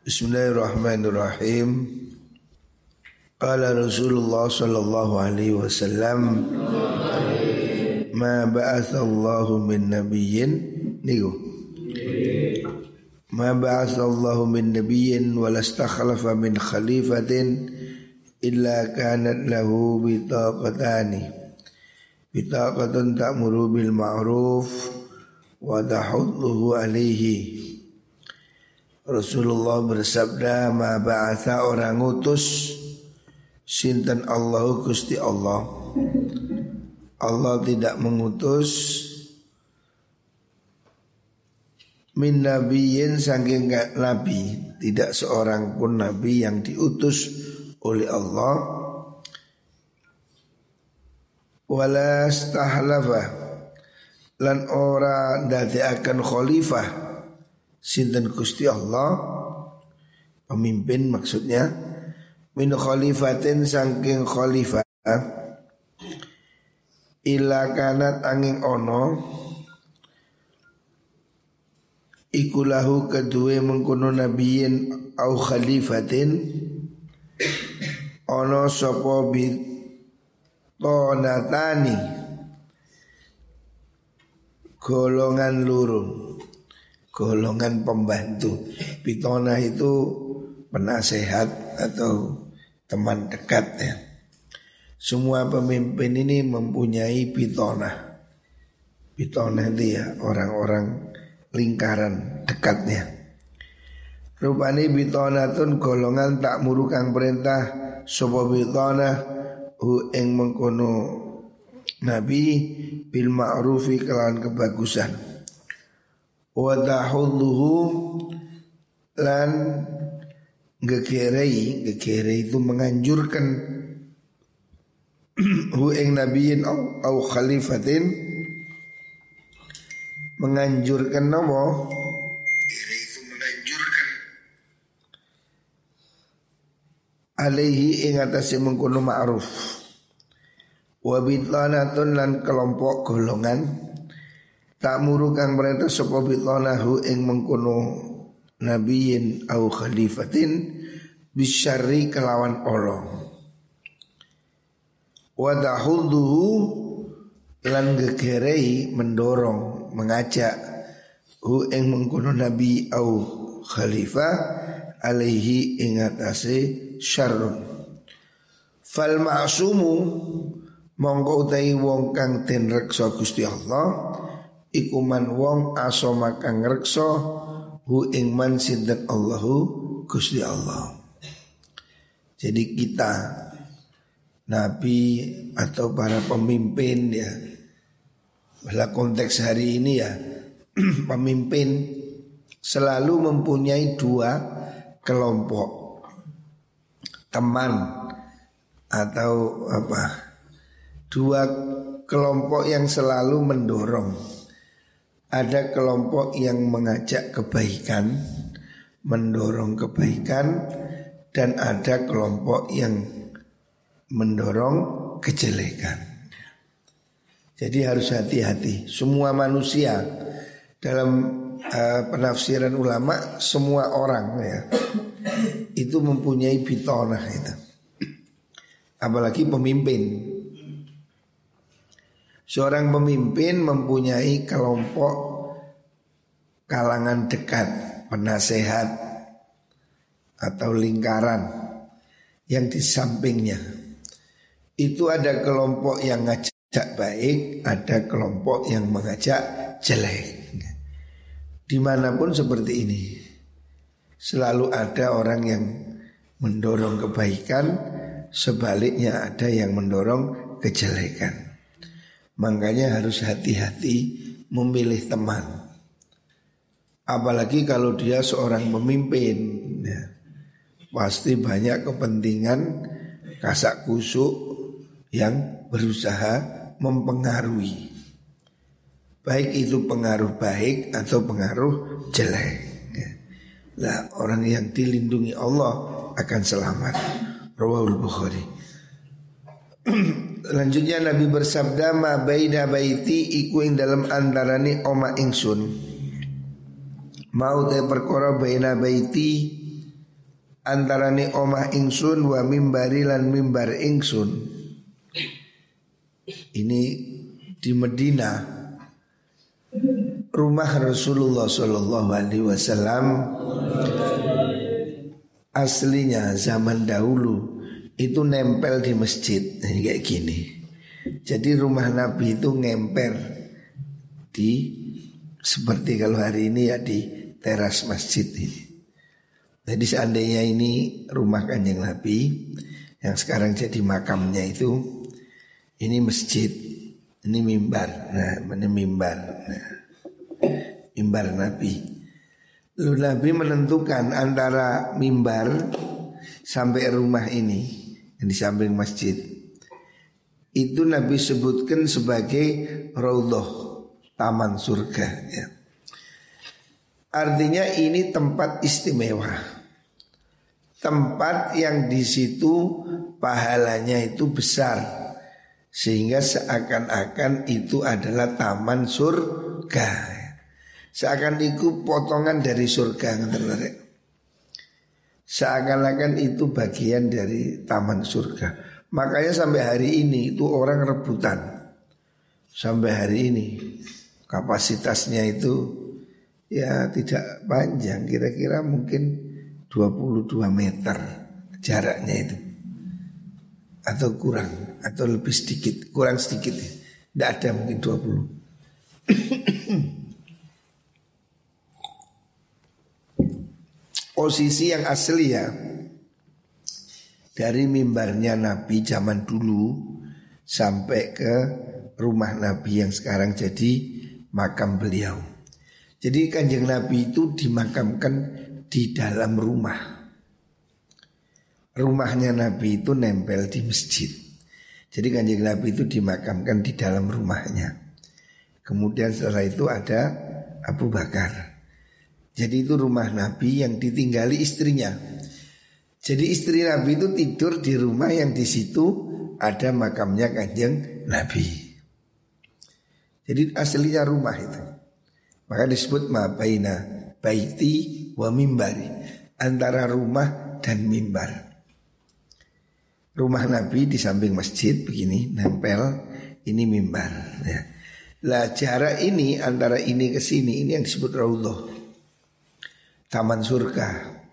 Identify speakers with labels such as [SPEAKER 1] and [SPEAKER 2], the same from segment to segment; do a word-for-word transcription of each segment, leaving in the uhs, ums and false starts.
[SPEAKER 1] Bismillahirrahmanirrahim. Qala Rasulullah sallallahu alaihi wasallam, ma ba'atsallahu min nabiyyin niku. Ma ba'atsallahu min nabiyyin wa lastakhlafa min khalifatin illa kanat lahu bitaqatani. Bitaqatun ta'muru bil ma'ruf wa tahudduhu alaihi. Rasulullah bersabda, ma ba'atha orang ngutus sinten Allahu Gusti Allah. Allah tidak mengutus min nabiyyin saking nabi, tidak seorang pun nabi yang diutus oleh Allah. Wala stahlafa lan ora ndadekaken khalifah sinten Gusti Allah, pemimpin maksudnya, min khalifatin saking khalifah, ila kanat angin ono ikulahu kedue mengkono nabiyin au khalifatin ono sopo bitonatani golongan lurun, golongan pembantu. Pitona itu penasehat atau teman dekat ya. Semua pemimpin ini mempunyai pitona. Pitona itu ya orang-orang lingkaran dekatnya. Rupane pitonatun golongan tak murukang perintah sapa pitona hu ing mengkono nabi bil ma'rufi kelawan kebagusan. Wa tahudduhu lan gegerei, gegerei itu menganjurkan hu ing nabiyin au, au khalifatin, menganjurkan nomo itu menganjurkan alaihi ing atase mengkono ma'ruf. Wa bitlanatun lan kelompok golongan tak muru kang perintah sapa bitanahu ing mengkono nabiyin au khalifatin bisyarri kelawan Allah. Wa tahudduhu lan gegerei mendorong mengajak hu ing mengkono nabi au khalifah alaihi ing atase syarrun. Fal ma'sumu mongko utahi wong kang den reksa Gusti Allah iku man wong asoma kang reksa hu ing man sinten Allahu Gusti Allah. Jadi kita nabi atau para pemimpin ya, pada konteks hari ini ya, pemimpin selalu mempunyai dua kelompok teman atau apa, dua kelompok yang selalu mendorong. Ada kelompok yang mengajak kebaikan, mendorong kebaikan, dan ada kelompok yang mendorong kejelekan. Jadi harus hati-hati. Semua manusia dalam uh, penafsiran ulama, semua orang ya itu mempunyai bitonah itu. Apalagi pemimpin. Seorang pemimpin mempunyai kelompok kalangan dekat, penasehat atau lingkaran yang di sampingnya. Itu ada kelompok yang ngajak baik, ada kelompok yang mengajak jelek. Dimanapun seperti ini, selalu ada orang yang mendorong kebaikan, sebaliknya ada yang mendorong kejelekan. Makanya harus hati-hati memilih teman. Apalagi kalau dia seorang pemimpin ya, pasti banyak kepentingan kasak kusuk yang berusaha mempengaruhi, baik itu pengaruh baik atau pengaruh jelek ya. Nah, orang yang dilindungi Allah akan selamat. Rawahul Bukhari. Selanjutnya Nabi bersabda, ma baina baiti iku ing dalam antarane oma ingsun. Mau te perkara baina baiti antarane omah ingsun wa mimbari lan mimbar ingsun. Ini di Medina, rumah Rasulullah Shallallahu Alaihi Wasallam aslinya zaman dahulu itu nempel di masjid. Ini kayak gini. Jadi rumah Nabi itu ngemper di, seperti kalau hari ini ya di teras masjid ini. Jadi seandainya ini rumah Kanjeng Nabi yang sekarang jadi makamnya itu, ini masjid, ini mimbar. Nah, ini mimbar. Nah, mimbar Nabi. Lalu Nabi menentukan antara mimbar sampai rumah ini yang di samping masjid. Itu Nabi sebutkan sebagai raudhah, taman surga ya. Artinya ini tempat istimewa, tempat yang di situ pahalanya itu besar, sehingga seakan-akan itu adalah taman surga. Seakan itu potongan dari surga. Seakan-akan itu bagian dari taman surga. Makanya sampai hari ini itu orang rebutan. Sampai hari ini kapasitasnya itu ya tidak panjang, kira-kira mungkin dua puluh dua meter jaraknya itu, atau kurang, atau lebih sedikit, kurang sedikit, tidak ada mungkin dua puluh. Posisi yang asli ya, dari mimbarnya Nabi zaman dulu sampai ke rumah Nabi yang sekarang jadi makam beliau. Jadi Kanjeng Nabi itu dimakamkan di dalam rumah. Rumahnya Nabi itu nempel di masjid. Jadi Kanjeng Nabi itu dimakamkan di dalam rumahnya. Kemudian setelah itu ada Abu Bakar. Jadi itu rumah Nabi yang ditinggali istrinya. Jadi istri Nabi itu tidur di rumah yang di situ ada makamnya Kanjeng Nabi. Jadi aslinya rumah itu. Maka disebut ma baina baiti wa mimbari, antara rumah dan mimbar. Rumah Nabi di samping masjid begini nempel, ini mimbar ya. Lah jarak ini antara ini ke sini, ini yang disebut raudhah, taman surga.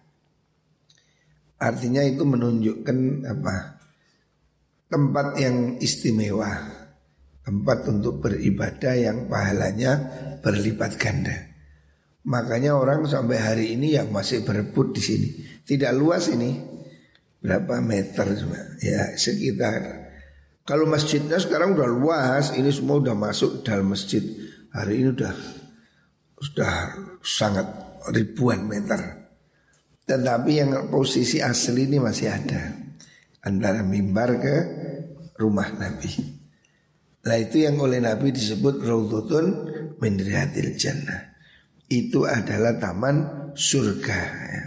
[SPEAKER 1] Artinya itu menunjukkan apa? Tempat yang istimewa, tempat untuk beribadah yang pahalanya berlipat ganda. Makanya orang sampai hari ini yang masih berebut di sini. Tidak luas ini, berapa meter cuma? Ya sekitar. Kalau masjidnya sekarang udah luas, ini semua udah masuk dalam masjid. Hari ini udah sudah sangat ribuan meter. Tetapi yang posisi asli ini masih ada, antara mimbar ke rumah Nabi. Nah itu yang oleh Nabi disebut raudhatun min riyadil jannah. Itu adalah taman surga ya.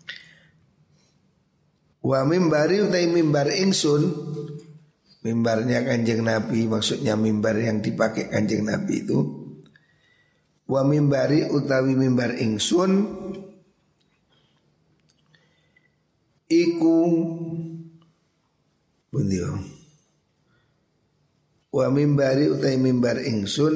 [SPEAKER 1] Wa mimbari utai mimbar ingsun, mimbarnya Kanjeng Nabi, maksudnya mimbar yang dipakai Kanjeng Nabi itu. Wa mimbari utawi mimbar ingsun iku bundio. Wa mimbari utai mimbar ingsun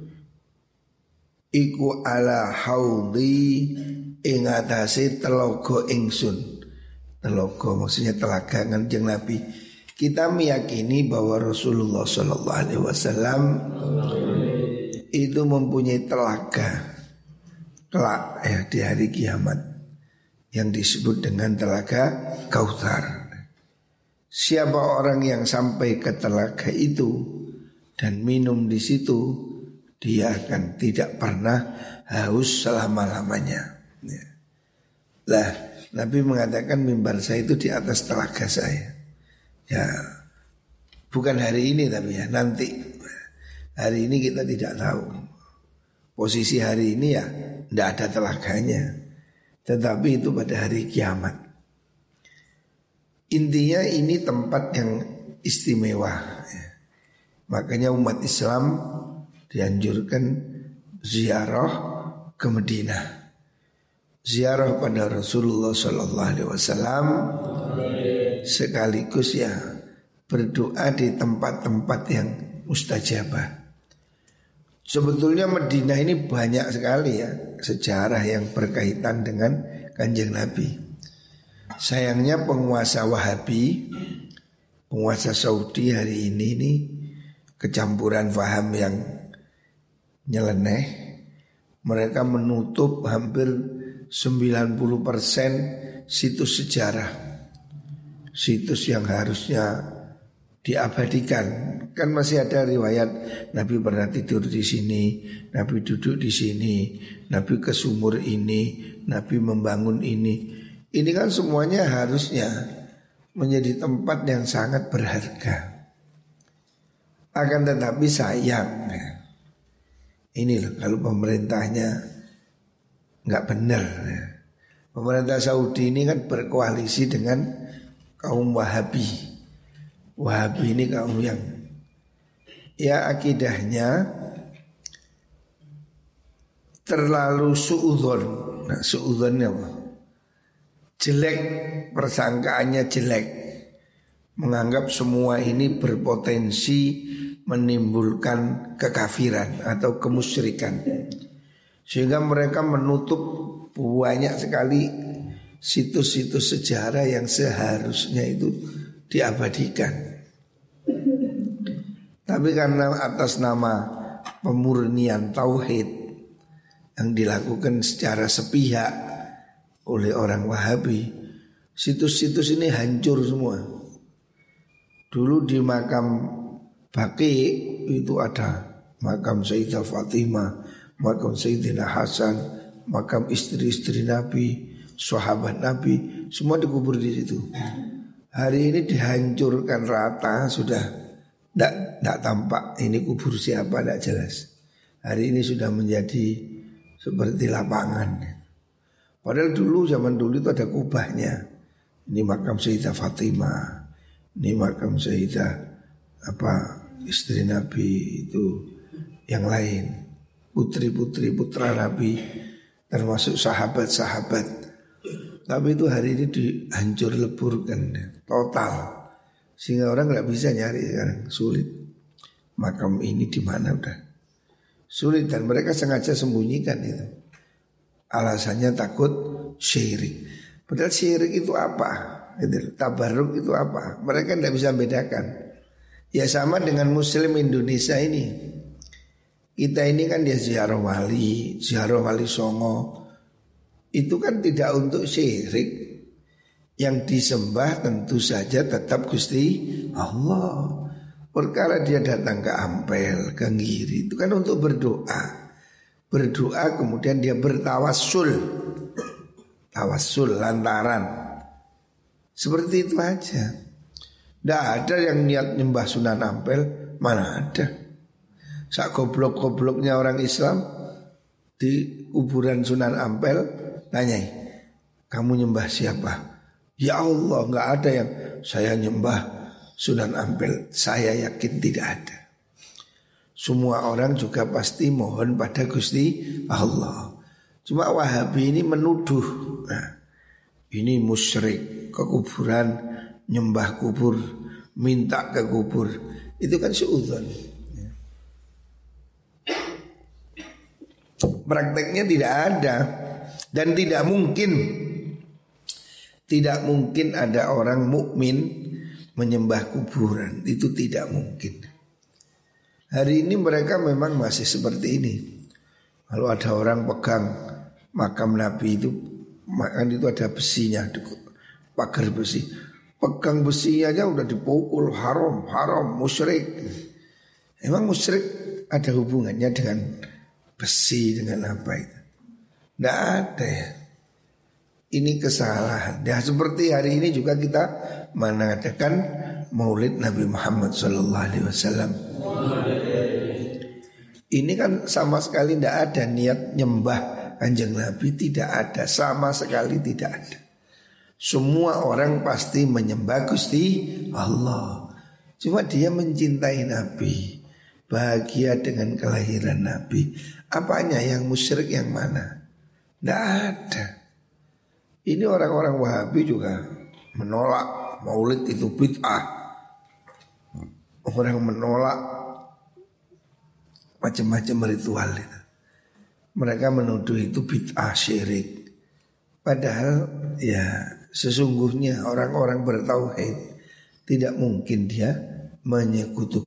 [SPEAKER 1] iku ala haudhi ing atase telaga ingsun. Telaga maksudnya telaga Kanjeng Nabi. Kita meyakini bahwa Rasulullah Shallallahu Alaihi Wasallam itu mempunyai telaga, telak ya di hari kiamat yang disebut dengan telaga Kautsar. Siapa orang yang sampai ke telaga itu dan minum di situ, dia akan tidak pernah haus selama-lamanya. Ya. Lah, Nabi mengatakan mimbar saya itu di atas telaga saya. Ya, bukan hari ini tapi ya nanti. Hari ini kita tidak tahu. Posisi hari ini ya tidak ada telaganya. Tetapi itu pada hari kiamat. Intinya ini tempat yang istimewa ya. Makanya umat Islam dianjurkan ziarah ke Madinah. ziarah pada Rasulullah Sallallahu Alaihi Wasallam, sekaligus ya berdoa di tempat-tempat yang mustajabah. Sebetulnya Madinah ini banyak sekali ya sejarah yang berkaitan dengan Kanjeng Nabi. Sayangnya penguasa Wahabi, penguasa Saudi hari ini ini kecampuran faham yang nyeleneh. Mereka menutup hampir sembilan puluh persen situs sejarah, situs yang harusnya diabadikan. Kan masih ada riwayat Nabi pernah tidur di sini, Nabi duduk di sini, Nabi ke sumur ini, Nabi membangun ini. Ini kan semuanya harusnya menjadi tempat yang sangat berharga. Akan tetapi sayang, ini loh kalau pemerintahnya nggak benar. Pemerintah Saudi ini kan berkoalisi dengan kaum Wahabi. Wahabi ini kaum yang ya akidahnya terlalu suudzon. Nah, suudzonnya apa? Jelek, persangkaannya jelek. Menganggap semua ini berpotensi menimbulkan kekafiran atau kemusyrikan. Sehingga mereka menutup banyak sekali situs-situs sejarah yang seharusnya itu diabadikan. Tapi karena atas nama pemurnian tauhid yang dilakukan secara sepihak oleh orang Wahabi, situs-situs ini hancur semua. Dulu di makam Baqi itu ada makam Sayyidah Fatimah, makam Sayyidina Hasan, makam istri-istri Nabi, sahabat Nabi, semua dikubur di situ. Hari ini dihancurkan rata, sudah tidak tidak tampak ini kubur siapa, tidak jelas. Hari ini sudah menjadi seperti lapangan. Padahal dulu zaman dulu itu ada kubahnya. Ini makam Sayyidah Fatimah, ini makam Sayyidah apa istri Nabi itu yang lain, putri-putri putra Nabi, termasuk sahabat-sahabat. Tapi itu hari ini dihancur leburkan total, sehingga orang nggak bisa nyari sekarang, sulit. Makam ini di mana udah sulit, dan mereka sengaja sembunyikan itu. Alasannya takut syirik. Padahal syirik itu apa? Itu, tabarruk itu apa? Mereka tidak bisa bedakan. Ya sama dengan Muslim Indonesia ini. Kita ini kan dia ziarah wali, ziarah wali songo. Itu kan tidak untuk syirik. Yang disembah tentu saja tetap Gusti Allah. Perkara dia datang ke Ampel, ke Ngiri, itu kan untuk berdoa. Berdoa kemudian dia bertawassul. Tawassul lantaran. Seperti itu aja. Tidak ada yang niat nyembah Sunan Ampel, mana ada. Sak goblok-gobloknya orang Islam di kuburan Sunan Ampel tanyai, kamu nyembah siapa? Ya Allah, nggak ada yang saya nyembah Sunan Ampel. Saya yakin tidak ada. Semua orang juga pasti mohon pada Gusti Allah. Cuma Wahabi ini menuduh, nah, ini musyrik, ke kuburan, nyembah kubur, minta ke kubur. Itu kan suudzon. Prakteknya tidak ada. Dan tidak mungkin, tidak mungkin ada orang mukmin menyembah kuburan. Itu tidak mungkin. Hari ini mereka memang masih seperti ini. Kalau ada orang pegang makam Nabi itu, makam itu ada besinya, pagar besi. Pegang besinya aja udah dipukul, haram, haram, musyrik. Emang musyrik ada hubungannya dengan besi, dengan apa itu? Tidak ada ya. Ini kesalahan. Ya seperti hari ini juga kita mengadakan Maulid Nabi Muhammad Sallallahu Alaihi Wasallam. Ini kan sama sekali tidak ada niat nyembah Kanjeng Nabi, tidak ada, sama sekali tidak ada. Semua orang pasti menyembah Gusti Allah. Cuma dia mencintai Nabi, bahagia dengan kelahiran Nabi. Apanya yang musyrik yang mana? Tidak ada. Ini orang-orang Wahabi juga menolak maulid itu bid'ah. Orang menolak macam-macam ritual itu. Mereka menuduh itu bid'ah, syirik. Padahal ya sesungguhnya orang-orang bertauhid tidak mungkin dia menyekutukan.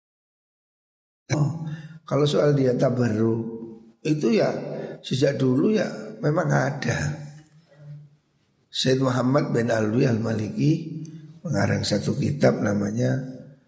[SPEAKER 1] Oh, kalau soal dia tabarruk itu ya sejak dulu ya memang ada. Sayyid Muhammad bin Alwi Al-Maliki mengarang satu kitab namanya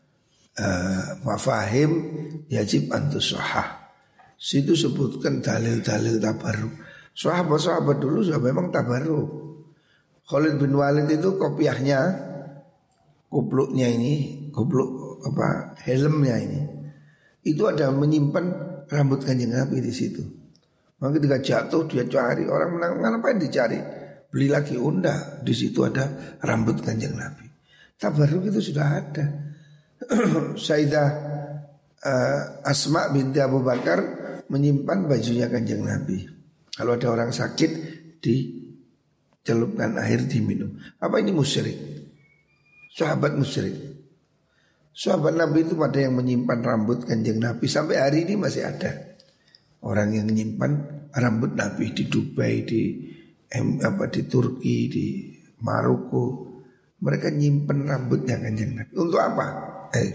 [SPEAKER 1] uh, Mafahim Yajib Antusohah. Situ sebutkan dalil-dalil tabarruk. Sahabat-sahabat dulu sudah memang tabarruk. Khalid bin Walid itu kopiahnya, kupluknya ini, kupluk apa helmnya ini, itu ada menyimpan rambut Kanjeng Nabi di situ. Maka ketika jatuh dia cari, orang menang, ngapain dicari? Beli lagi, unda, di situ ada rambut Kanjeng Nabi. Tabarruk itu sudah ada. Sayyidah uh, Asma binti Abu Bakar menyimpan bajunya Kanjeng Nabi. Kalau ada orang sakit dicelupkan air diminum. Apa ini musyrik? Sahabat musyrik. Sahabat Nabi itu pada yang menyimpan rambut Kanjeng Nabi. Sampai hari ini masih ada orang yang menyimpan rambut Nabi di Dubai, di em, apa di Turki, di Maroko. Mereka nyimpan rambutnya Kanjeng Nabi. Untuk apa? Eh,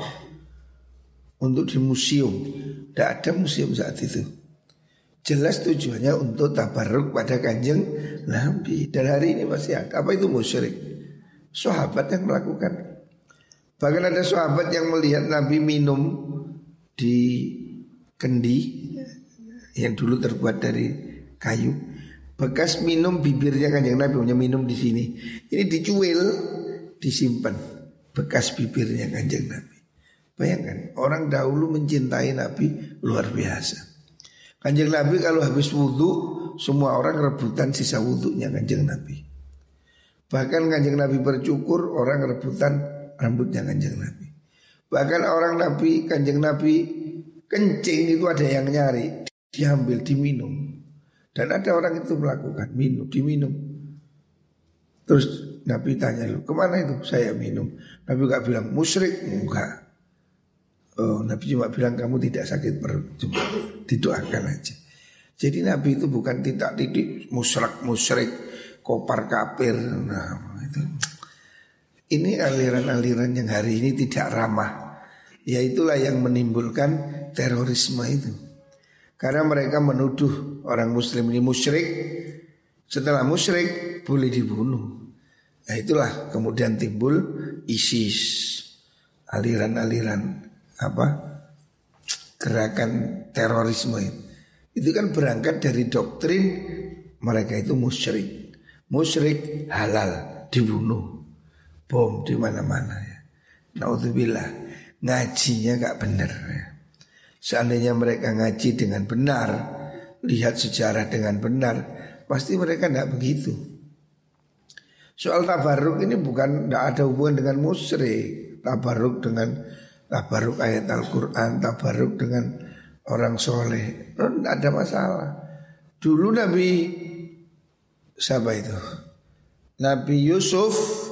[SPEAKER 1] untuk di museum. Tidak ada museum saat itu. Jelas tujuannya untuk tabarruk pada Kanjeng Nabi. Dan hari ini masih ada. Apa itu musyrik? Sahabat yang melakukan. Bahkan ada sahabat yang melihat Nabi minum di kendi yang dulu terbuat dari kayu. Bekas minum bibirnya Kanjeng Nabi, punya minum di sini. Ini dicuil, disimpan bekas bibirnya Kanjeng Nabi. Bayangkan, orang dahulu mencintai Nabi luar biasa. Kanjeng Nabi kalau habis wudhu, semua orang rebutan sisa wudhunya Kanjeng Nabi. Bahkan Kanjeng Nabi bercukur, orang rebutan rambutnya Kanjeng Nabi. Bahkan orang Nabi, Kanjeng Nabi kencing itu ada yang nyari, diambil, diminum. Dan ada orang itu melakukan, minum, diminum. Terus Nabi tanya, lu kemana itu? Saya minum. Nabi gak bilang musyrik, enggak. Oh, Nabi cuma bilang kamu tidak sakit perut, cuma didoakan aja. Jadi Nabi itu bukan tidak titik musyrik, musyrik, kopar kafir. Nah itu. Ini aliran-aliran yang hari ini tidak ramah. Ya itulah yang menimbulkan terorisme itu. Karena mereka menuduh orang muslim ini musyrik. Setelah musyrik boleh dibunuh. Nah itulah kemudian timbul ISIS. Aliran-aliran apa? Gerakan terorisme itu. Itu kan berangkat dari doktrin mereka itu musyrik. Musyrik halal dibunuh. Bom di mana-mana ya. Naudzubillah, ngajinya gak benar ya. Seandainya mereka ngaji dengan benar, lihat sejarah dengan benar, pasti mereka tidak begitu. Soal tabarruk ini bukan, tidak ada hubungan dengan musyrik. Tabarruk dengan tabarruk ayat Al-Quran, tabarruk dengan orang soleh, tidak ada masalah. Dulu Nabi siapa itu? Nabi Yusuf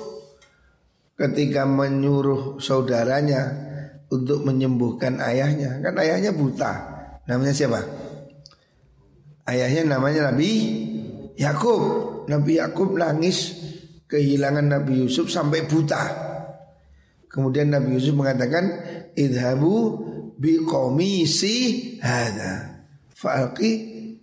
[SPEAKER 1] ketika menyuruh saudaranya untuk menyembuhkan ayahnya, kan ayahnya buta. Namanya siapa? Ayahnya namanya Nabi Yakub. Nabi Yakub nangis kehilangan Nabi Yusuf sampai buta. Kemudian Nabi Yusuf mengatakan, idhabu biqomisi hada fa'alqi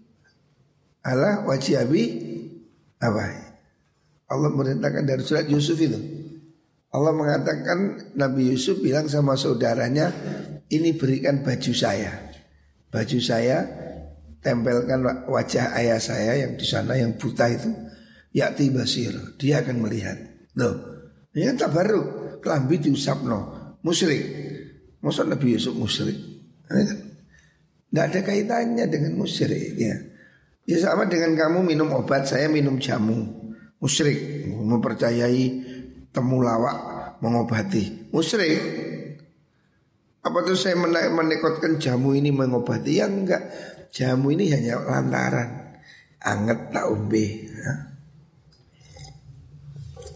[SPEAKER 1] ala wajhi abi apa? Allah merintahkan dari surat Yusuf itu. Allah mengatakan Nabi Yusuf bilang sama saudaranya, ini berikan baju saya, baju saya tempelkan wajah ayah saya yang di sana yang buta itu, ya'ti basir, dia akan melihat. Loh, ini kan tabarruk, kelambi diusapno, musyrik. Masa Nabi Yusuf musyrik? Tidak ada kaitannya dengan musyrik ya. Ya sama dengan kamu minum obat, saya minum jamu, musyrik, mempercayai temulawak mengobati, musyrik. Apa tuh saya menekotkan jamu ini mengobati? Ya enggak, jamu ini hanya lantaran anget tak umbe ya.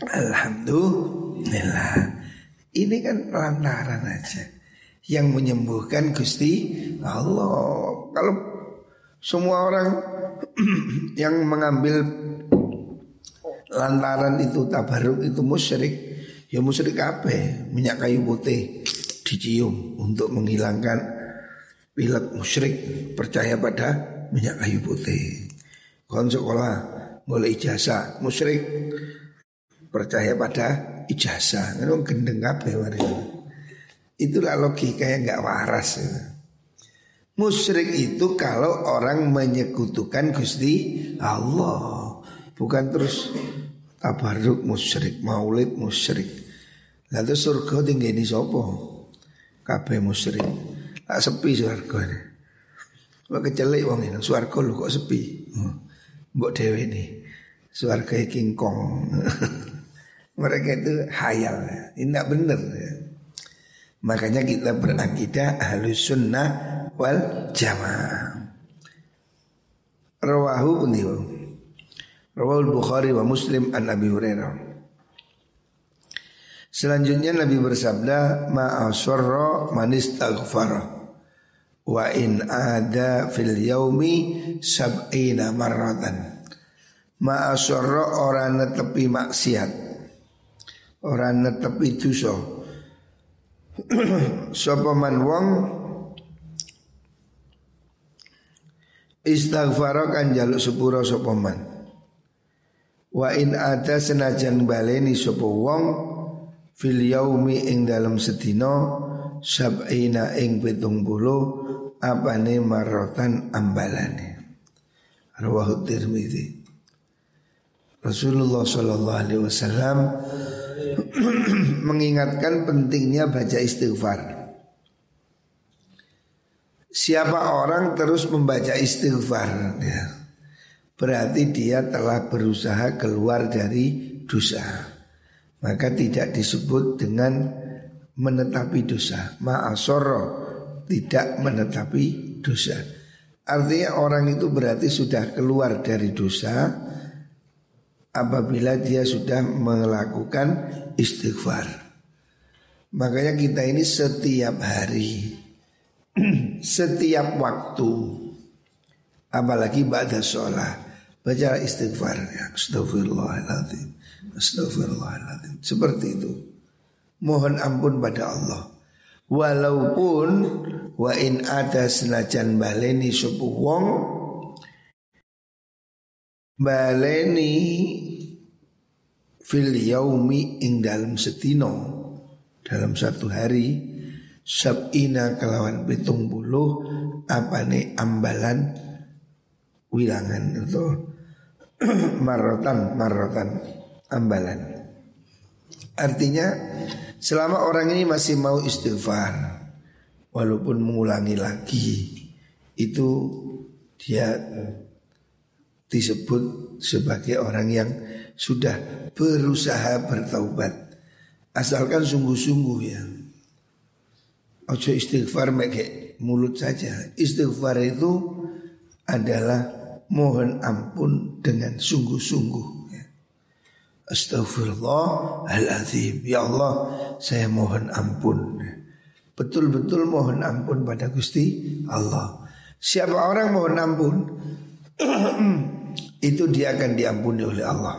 [SPEAKER 1] Alhamdulillah. Ini kan lantaran aja. Yang menyembuhkan Gusti Allah. Kalau semua orang yang mengambil lantaran itu tabaruk itu musyrik, ya musyrik apa? Minyak kayu putih dicium untuk menghilangkan pilek, musyrik. Percaya pada minyak kayu putih. Kon sekolah boleh ijazah, musyrik. Percaya pada ijazah. Kan gendeng kabeh mari. Itulah logika yang enggak waras. Musyrik itu kalau orang menyekutukan Gusti Allah, bukan terus tabaruk musyrik, maulid musyrik. Lalu surga tinggi ini sopo? Kabeh musyrik. Tak sepi surga ini. Mbok kecelek wong ini, surga lu kok sepi. Mbok dhewe ini. Surga King Kong. Mereka itu hayal. Ini tidak benar ya. Makanya kita berakidah Ahlus Sunnah wal Jamaah. Rawahu undiwa. Rawahul Bukhari wa Muslim an Abi Hurairah. Selanjutnya Nabi bersabda, ma'asarra man istaghfara wa in ada fil yaumi sab'ina marratan. Ma'asarra orang netepi maksiat, orang netepi dosa. Sapa man wong istighfar kan jaluk sepura sapa man. Wa in ada senajan baleni sapa wong fil yaumi ing dalam sedina sab'ina ing pitung puluh apane marrotan ambalane. Rawahu Tirmidzi. Rasulullah sallallahu alaihi wasallam mengingatkan pentingnya baca istighfar. Siapa orang terus membaca istighfar ya, berarti dia telah berusaha keluar dari dosa. Maka tidak disebut dengan menetapi dosa. Ma'asarra, tidak menetapi dosa. Artinya orang itu berarti sudah keluar dari dosa apabila dia sudah melakukan istighfar. Makanya kita ini setiap hari, setiap waktu, apalagi ba'da sholat, baca istighfar ya. Astagfirullahaladzim, astagfirullahaladzim. Seperti itu. Mohon ampun pada Allah. Walaupun wa in ada senajan baleni subuh wong, baleni fil yaumi ing dalam setino, dalam satu hari, sab'ina kelawan pitung puluh apane ambalan wilangan itu marotan marotan ambalan. Artinya selama orang ini masih mau istighfar, walaupun mengulangi lagi, itu dia disebut sebagai orang yang sudah berusaha bertaubat. Asalkan sungguh-sungguh ya. Ojo istighfar pakai mulut saja. Istighfar itu adalah mohon ampun dengan sungguh-sungguh ya. Astaghfirullahaladzim. Ya Allah, saya mohon ampun. Betul-betul mohon ampun pada Gusti Allah. Siapa orang mohon ampun itu dia akan diampuni oleh Allah.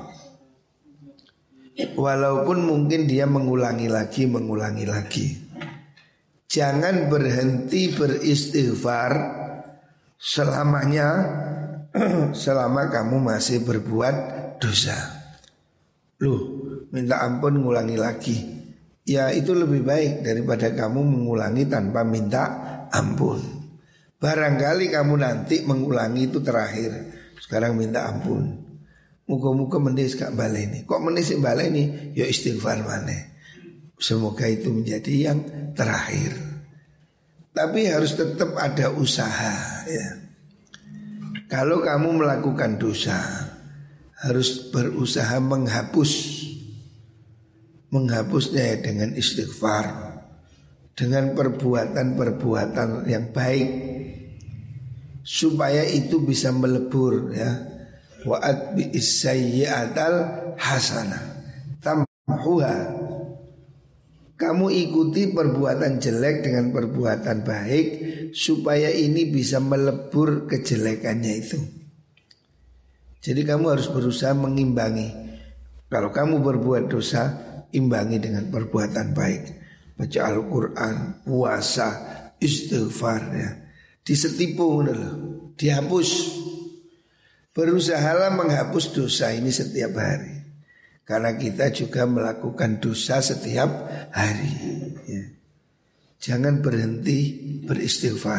[SPEAKER 1] Walaupun mungkin dia mengulangi lagi, mengulangi lagi. Jangan berhenti beristighfar selamanya selama kamu masih berbuat dosa. Loh, minta ampun ngulangi lagi. Ya itu lebih baik daripada kamu mengulangi tanpa minta ampun. Barangkali kamu nanti mengulangi itu terakhir. Sekarang minta ampun. Muka-muka menis gak baleni. Kok menis baleni? Ya istighfar maneh. Semoga itu menjadi yang terakhir. Tapi harus tetap ada usaha ya. Kalau kamu melakukan dosa, harus berusaha menghapus. Menghapusnya ya dengan istighfar, dengan perbuatan-perbuatan yang baik, supaya itu bisa melebur ya. Wa atbi'is sayyi'atal hasanah. tamhuha, kamu ikuti perbuatan jelek dengan perbuatan baik supaya ini bisa melebur kejelekannya itu. Jadi kamu harus berusaha mengimbangi. Kalau kamu berbuat dosa, imbangi dengan perbuatan baik. Baca Al-Quran, puasa, istighfar ya. Disetipu, dihapus. Berusahalah menghapus dosa ini setiap hari. Karena kita juga melakukan dosa setiap hari ya. Jangan berhenti beristighfar.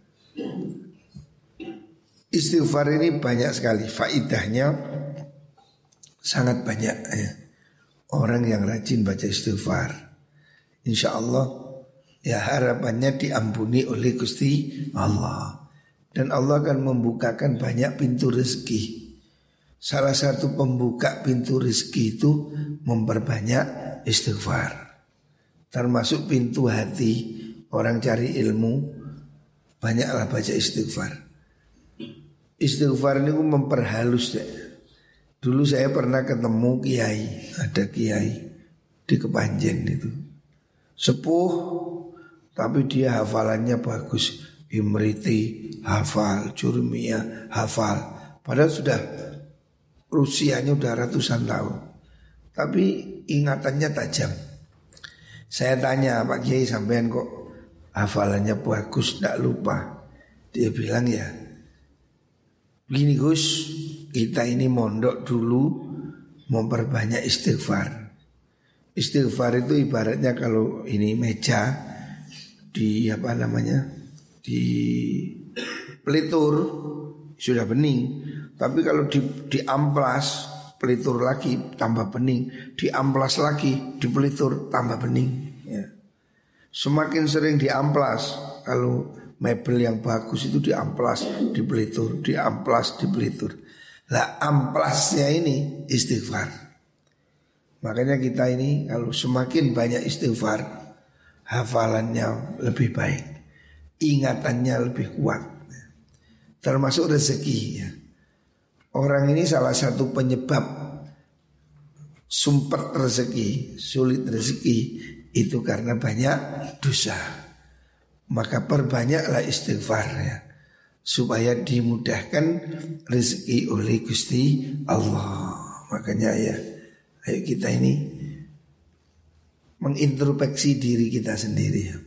[SPEAKER 1] Istighfar ini banyak sekali faidahnya, sangat banyak ya. Orang yang rajin baca istighfar, insya Allah ya harapannya diampuni oleh Gusti Allah. Dan Allah akan membukakan banyak pintu rezeki. Salah satu pembuka pintu rezeki itu memperbanyak istighfar. Termasuk pintu hati. Orang cari ilmu, banyaklah baca istighfar. Istighfar ini memperhalus ya. Dulu saya pernah ketemu kiai, ada kiai di Kepanjen itu. Sepuh, tapi dia hafalannya bagus. Imriti hafal, Jurmiyah hafal. Padahal sudah usianya udah ratusan tahun, tapi ingatannya tajam. Saya tanya, Pak Kiai sampean kok hafalannya bagus, tidak lupa? Dia bilang ya, begini Gus, kita ini mondok dulu memperbanyak istighfar. Istighfar itu ibaratnya kalau ini meja di apa namanya, di pelitur sudah bening. Tapi kalau di, di amplas pelitur lagi tambah bening, di amplas lagi di pelitur tambah bening ya. Semakin sering di amplas, kalau mebel yang bagus itu di amplas, di pelitur, di amplas, di pelitur. Lah amplasnya ini istighfar. Makanya kita ini kalau semakin banyak istighfar, hafalannya lebih baik, ingatannya lebih kuat, termasuk rezeki ya. Orang ini salah satu penyebab sumpet rezeki, sulit rezeki itu karena banyak dosa. Maka perbanyaklah istighfar ya, supaya dimudahkan rezeki oleh Gusti Allah. Makanya ya, ayo kita ini mengintrospeksi diri kita sendiri ya.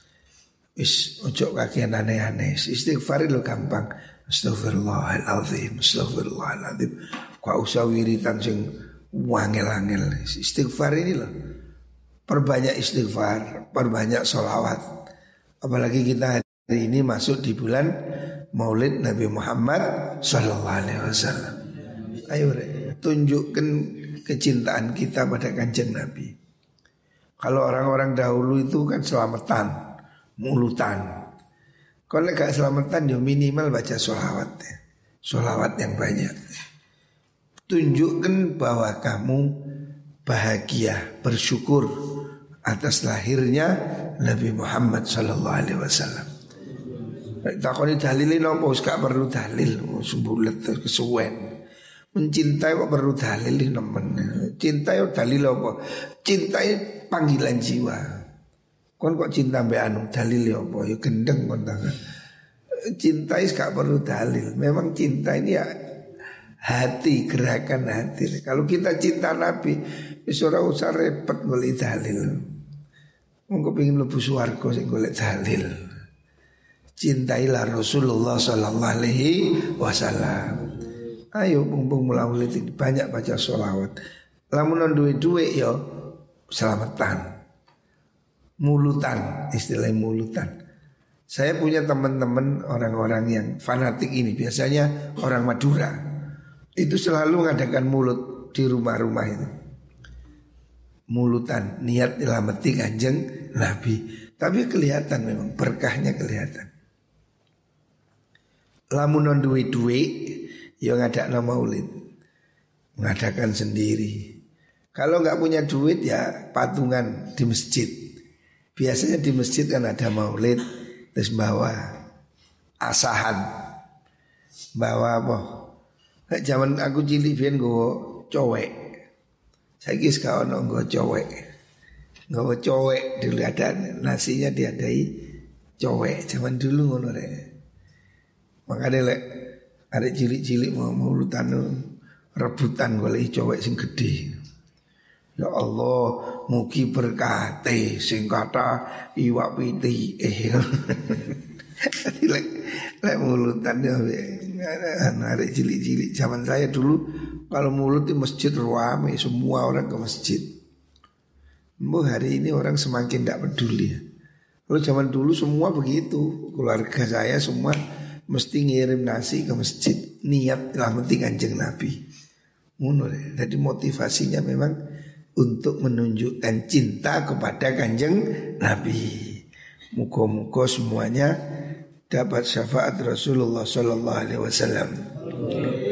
[SPEAKER 1] Wis ojo kakean aneh-aneh, istighfar itu gampang. Astagfirullahaladzim, astagfirullahaladzim. Kau usah wiritan sing wangel-angel. Istighfar ini loh, perbanyak istighfar, perbanyak sholawat. Apalagi kita hari ini masuk di bulan Maulid Nabi Muhammad Sallallahu Alaihi Wasallam. Ayo re, tunjukkan kecintaan kita pada kanjeng Nabi. Kalau orang-orang dahulu itu kan selamatan, mulutan. Kalau gak selamatan ya minimal baca sholawat ya. Sholawat yang banyak. Tunjukkan bahwa kamu bahagia, bersyukur atas lahirnya Nabi Muhammad Sallallahu Alaihi Wasallam. Takoni dalilin apa, gak perlu dalil, sembulet kesuwen. Mencintai kok perlu dalil nemen. Cintai dalil apa? Cintai panggilan jiwa. Kon kok cinta mbak anu dalil apa? Ya gendeng kon tangan. Cinta is gak perlu dalil. Memang cinta ini ya hati, gerakan hati. Kalau kita cinta Nabi, wis ora usah repot golek dalil. Wong kok pengin mlebu swarga sing golek dalil. Cintailah Rasulullah sallallahu alaihi wasallam. Ayo mumpung mulai banyak baca sholawat. Lamun duwe-duwe yo selamatan. Mulutan, istilah mulutan. Saya punya teman-teman orang-orang yang fanatik ini, biasanya orang Madura. Itu selalu mengadakan mulut di rumah-rumah itu. Mulutan, niat nyelameti kanjeng Nabi. Tapi kelihatan memang berkahnya kelihatan. Lamun duwe-duwe yang ngadakno maulid, mengadakan sendiri. Kalau nggak punya duit ya patungan di masjid. Biasanya di masjid kan ada maulid, terus bawa asahan, bawa apa? Kayak zaman aku cilik biyen gue cowek, Saiki sekarang nggo cowek. Nggo cowek dulu ada nasinya diadai cowek. Zaman dulu ngono rek. Makanya lek ada cilik-cilik mau mulutan rebutan golek cowek sing gede. Ya Allah, mugi berkate sing kata iwak piti. Eh. lek lek mulutan ya ada cilik-cilik zaman saya dulu kalau mulut di masjid ramai, semua orang ke masjid. Mbah hari ini orang semakin tidak peduli ya. Kalau zaman dulu semua begitu, keluarga saya semua mesti ngirim nasi ke masjid, niat lah penting Kanjeng Nabi. Ngono. Jadi motivasinya memang untuk menunjukkan cinta kepada Kanjeng Nabi. Muka-muka semuanya dapat syafaat Rasulullah Sallallahu Alaihi Wasallam.